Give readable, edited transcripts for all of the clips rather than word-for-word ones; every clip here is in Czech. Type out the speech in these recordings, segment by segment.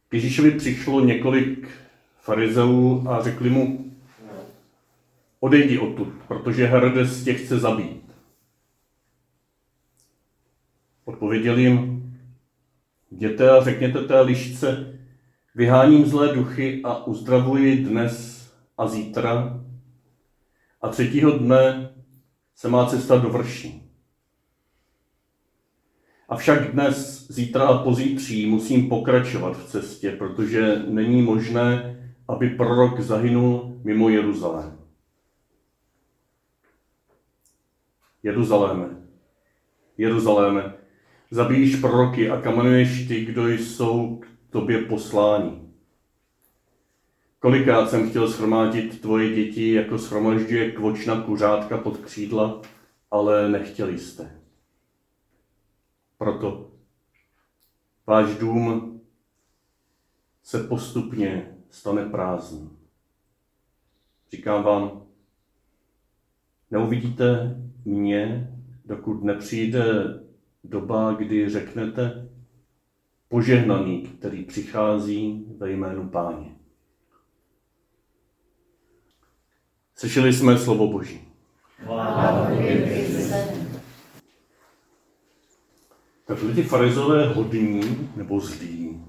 K Ježíšovi přišlo několik farizeů a řekli mu, odejdi odtud, protože Herodes tě chce zabít. Odpověděl jim, jděte a řekněte té lišce, vyháním zlé duchy a uzdravuji dnes a zítra a třetího dne se má cesta dovrší. Avšak dnes, zítra a pozítří musím pokračovat v cestě, protože není možné, aby prorok zahynul mimo Jeruzalém. Jeruzaléme, zabíjíš proroky a kamenuješ ty, kdo jsou k tobě posláni. Kolikrát jsem chtěl shromáždit tvoje děti, jako shromažďuje kvočna kuřátka pod křídla, ale nechtěli jste. Proto váš dům se postupně stane prázdný. Říkám vám, neuvidíte mě, dokud nepřijde doba, kdy řeknete požehnaný, který přichází ve jménu Páně. Slyšeli jsme slovo Boží. Tak byli ty farizové hodní nebo zlí.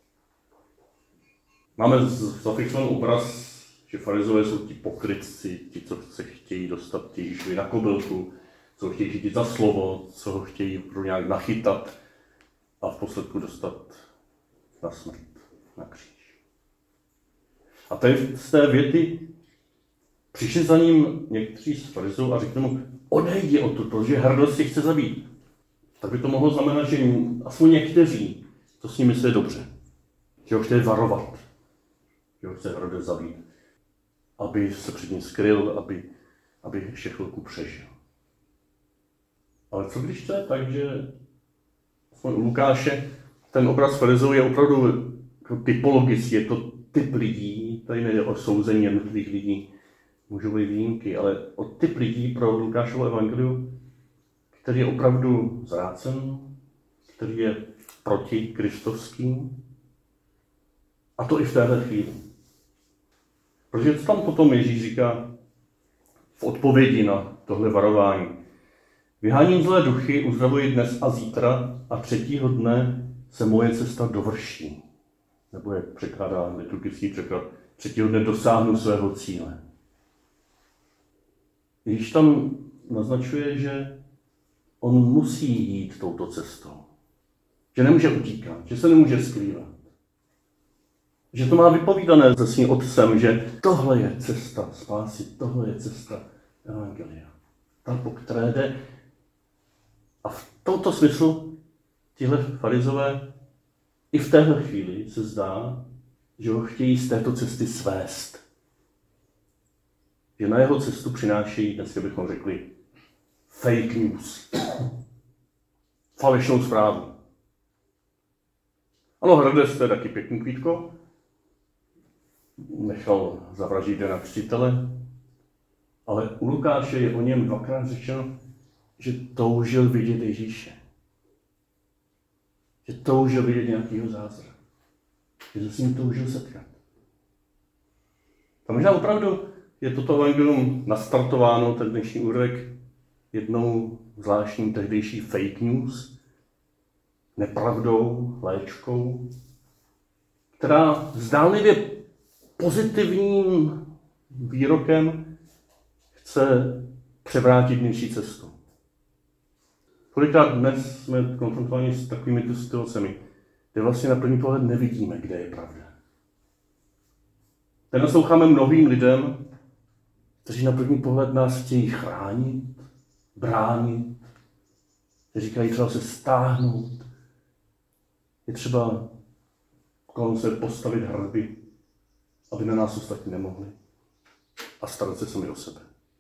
Máme zafixovaný obraz, že farizové jsou ti pokrytci, ti, co se chtějí dostat Ježíšovi na kobylku, co chtějí chytit za slovo, co ho chtějí pro nějak nachytat a v posledku dostat na smrt, na kříž. A tady z té věty přišli za ním někteří z farizů a řekli mu, odejdi odtud, protože Herodes tě chce zabít. Tak by to mohlo znamenat, že aspoň někteří to s ním myslí dobře. Že ho chtěli varovat, že ho chce Herodes zabít, aby se před ním skryl, aby ještě chvilku přežil. Ale co když to je tak, že u Lukáše ten obraz farizů je opravdu typologický, je to typ lidí, tady nejde o souzení jednotlivých lidí, můžou být výjimky, ale o typ lidí pro Lukášovo evangelium, který je opravdu zrácen, který je proti kristovský, a to i v téhle chvíli. Protože co tam potom Ježíš říká v odpovědi na tohle varování? Vyháním zlé duchy, uzdravuji dnes a zítra a třetího dne se moje cesta dovrší. Nebo jak překládá liturgický překlad, třetího dne dosáhnu svého cíle. Ježíš tam naznačuje, že on musí jít touto cestou. Že nemůže utíkat, že se nemůže skrývat. Že to má vypovídané se svým otcem, že tohle je cesta spásy, tohle je cesta evangelia. Ta, po které jde. A v tomto smyslu tihle farizové i v téhle chvíli se zdá, že ho chtějí z této cesty svést. Že na jeho cestu přinášejí, dneska bychom řekli, fake news. Falešnou zprávu. Ano, Herodes, to je taky pěkný kvítko. Nechal zavraždit Jana Křtitele. Ale u Lukáše je o něm dvakrát řečeno, že toužil vidět Ježíše. Že toužil vidět nějakýho zázrak. Že se s ním toužil setkat. A možná opravdu je toto evangelium nastartováno, ten dnešní úryvek, jednou zvláštní tehdejší fake news, nepravdou, léčkou, která zdánlivě pozitivním výrokem chce převrátit dnešní cestu. Kolikrát dnes jsme konfrontováni s takovými situacemi, kde vlastně na první pohled nevidíme, kde je pravda. Teď nasloucháme mnohým lidem, kteří na první pohled nás chtějí chránit, bránit, kteří říkají třeba se stáhnout. Je třeba kolem se postavit hrby, aby na nás ostatní nemohli a starat se sami o sebe.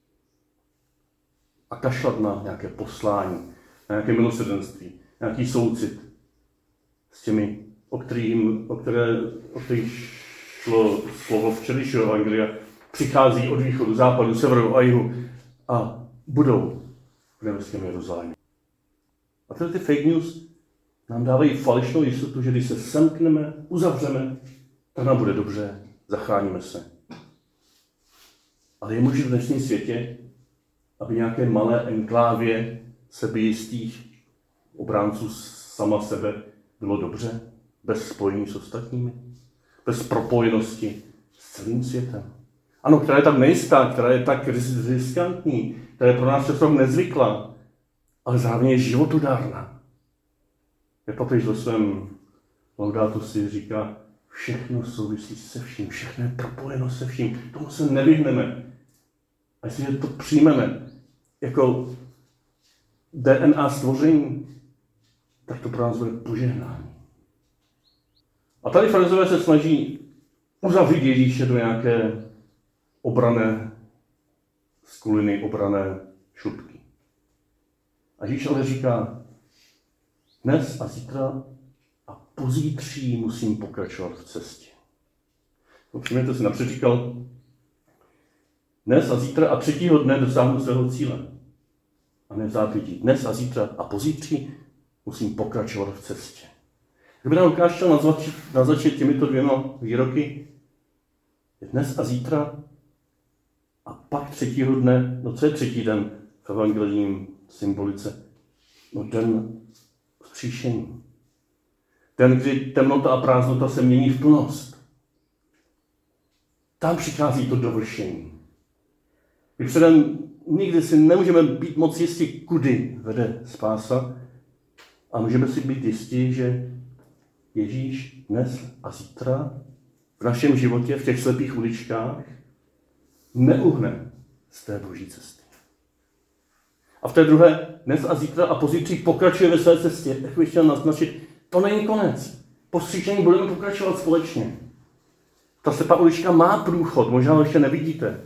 A kašlat na nějaké poslání, na nějaké milosrdenství, nějaký soucit s těmi, o kterých šlo slovo včerejšího evangelia, přichází od východu, západu, severu a jihu a budou v nebeském Jeruzalémě. A tyhle ty fake news nám dávají falešnou jistotu, že když se semkneme, uzavřeme, tak nám bude dobře, zachráníme se. Ale je možné v dnešním světě, aby nějaké malé enklávě sebejistých obránců sama sebe bylo dobře, bez spojení s ostatními, bez propojenosti s celým světem. Ano, která je tak nejistá, která je tak riskantní, která je pro nás často nezvyklá, ale zároveň je životodárná. Jak papež ve svém laudátu si říká, všechno souvisí se vším, všechno je propojeno se vším, tomu se nevyhneme. A jestliže to přijmeme jako DNA stvoření, tak to pro nás bude požehnání. A tady farizové se snaží uzavřít Ježíše do nějaké obrané skuliny, obrané šupky. A Ježíš ale říká, dnes a zítra a pozítří musím pokračovat v cestě. Všimněte si, napřed říkal, dnes a zítra a třetího dne dosáhnu svého cíle. A ne v zápětí. Dnes a zítra a pozítří musím pokračovat v cestě. Kdyby nám Lukáš chtěl naznačit těmito dvěma výroky, je dnes a zítra a pak třetího dne, no co je třetí den v evangelijním symbolice? No den vzkříšení. Den, kdy temnota a prázdnota se mění v plnost. Tam přichází to dovršení. My předem nikdy si nemůžeme být moc jistí, kudy vede spása, a můžeme si být jistí, že Ježíš dnes a zítra v našem životě, v těch slepých uličkách, neuhne z té boží cesty. A v té druhé dnes a zítra a pozítří pokračuje ve své cestě. Jak bych chtěl naznačit, to není konec. Po vzkříšení budeme pokračovat společně. Ta slepá ulička má průchod, možná ho ještě nevidíte.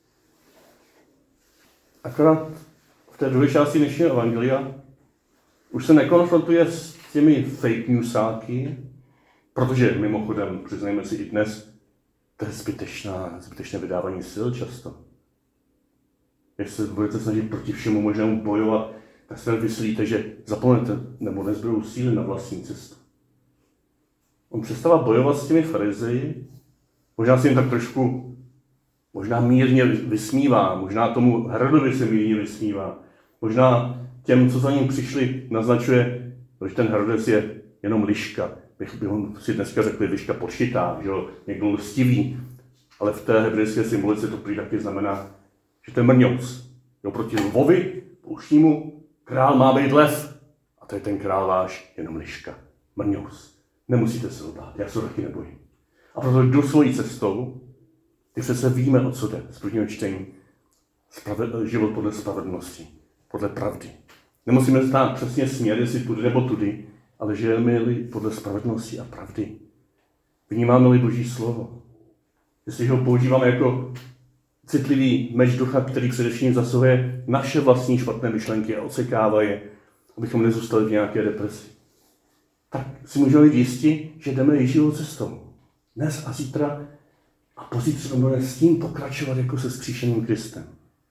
Akorát v té druhé části dnešního evangelia už se nekonfrontuje s těmi fake newsáky, protože mimochodem, přiznejme si i dnes, to je zbytečné vydávání sil často. Když se budete snažit proti všemu možnému bojovat, tak se vyslíte, že zapomenete nebo nezbudou síly na vlastní cestu. On přestává bojovat s těmi farizeji, možná si jim tak trošku, možná mírně vysmívá, možná tomu Herodovi se mírně vysmívá, možná těm, co za ním přišli, naznačuje, že ten Herodes je jenom liška. Bychom si dneska řekli liška počitá, že jo, někdo lstivý, ale v té hebrejské symbolice to prý taky znamená, že to je mrňous. Jo, proti lvovi, pouštnímu, král má být lev. A to je ten král váš, jenom liška. Mrňous. Nemusíte se ho bát, já se taky nebojím. A proto jdu svojí cestou, ty přece víme, o co jde z prvního čtení. Život podle spravedlnosti, podle pravdy. Nemusíme znát přesně směr, jestli tudy nebo tudy, ale žijeme-li podle spravedlnosti a pravdy. Vnímáme-li Boží slovo. Jestli ho používáme jako citlivý meč ducha, který především zasahuje naše vlastní špatné myšlenky a odsekává je, abychom nezůstali v nějaké depresi. Tak si můžeme být jistí, že jdeme Ježíšovou cestou. Dnes a zítra a pozítří budeme s tím pokračovat jako se vzkříšeným Kristem.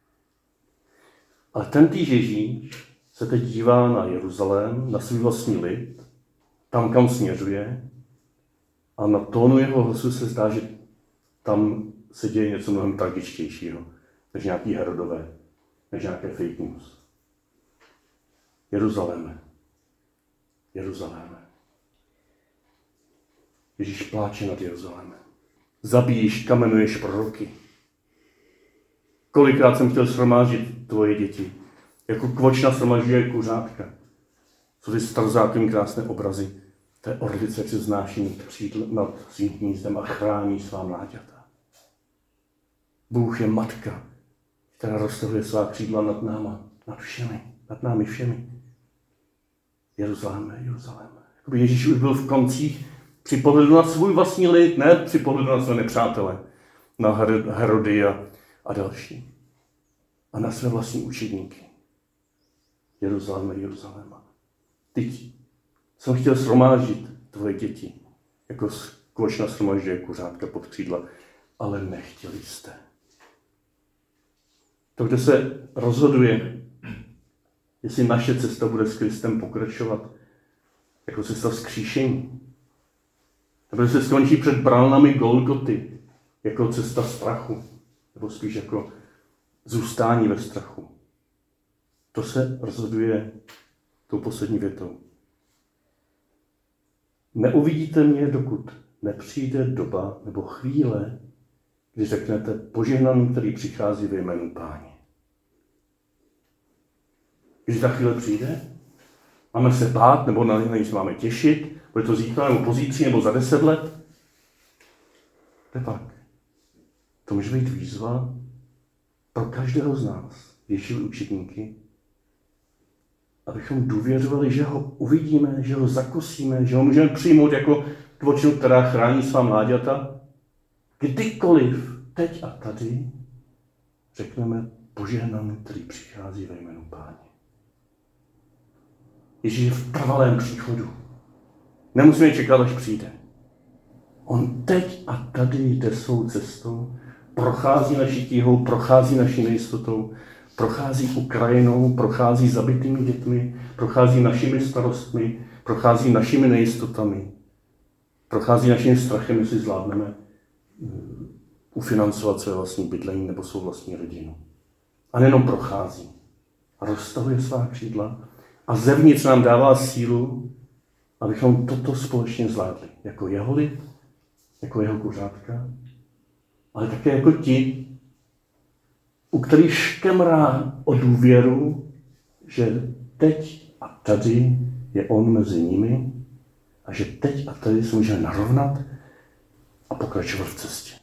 Ale tentýž Ježíš se teď dívá na Jeruzalém, na svůj vlastní lid, tam, kam směřuje, a na tónu jeho hlasu se zdá, že tam se děje něco mnohem tragičtějšího, než nějaký Herodové, než nějaké fake news. Jeruzaléme. Jeruzaléme. Ježíš pláče nad Jeruzalémem. Zabíjíš, kamenuješ proroky. Kolikrát jsem chtěl shromáždit tvoje děti, jako kvočna shromažďuje kuřátka. Jsou ty starozákonní krásné obrazy té orlice, jak se znáší nad svým hnízdem a chrání svá mláďata. Bůh je matka, která roztahuje svá křídla nad náma, nad námi všemi. Jeruzaléme, Jeruzaléme. Jakoby Ježíš už byl v koncích při pohledu na svůj vlastní lid, ne při pohledu na své nepřátele, na Herody a další. A na své vlastní učedníky. Jeruzaléme, Jeruzaléme. Teď jsem chtěl shromáždit tvoje děti, jako kvočna shromažďuje kuřátka pod křídla, ale nechtěli jste. To, kde se rozhoduje, jestli naše cesta bude s Kristem pokračovat, jako cesta vzkříšení. Nebo se skončí před bránami Golgoty, jako cesta strachu, nebo spíš jako zůstání ve strachu. To se rozhoduje tou poslední větou. Neuvidíte mě, dokud nepřijde doba nebo chvíle, kdy řeknete požehnaný, který přichází ve jménu Páně. Když ta chvíle přijde, máme se bát, nebo na něj se máme těšit, bude to zítra, nebo pozítří, nebo za 10 let. Tepak. To může být výzva pro každého z nás, Ježíšovi učedníky, abychom důvěřovali, že ho uvidíme, že ho zakusíme, že ho můžeme přijmout jako tvočinu, která chrání svá mláďata. Kdykoliv, teď a tady, řekneme požehnaný, který přichází ve jménu Páně. Ježíš je v trvalém příchodu. Nemusíme čekat, až přijde. On teď a tady jde svou cestou, prochází naší tíhou, prochází naší nejistotou, prochází Ukrajinou, prochází zabitými dětmi, prochází našimi starostmi, prochází našimi nejistotami, prochází naším strachem, jestli zvládneme ufinancovat své vlastní bydlení nebo svou vlastní rodinu. A nejenom prochází. A roztahuje svá křídla a zevnitř nám dává sílu, abychom toto společně zvládli. Jako jeho lid, jako jeho kuřátka, ale také jako ti, u kterých škemrá o důvěru, že teď a tady je on mezi nimi a že teď a tady se můžeme narovnat a pokračovat v cestě.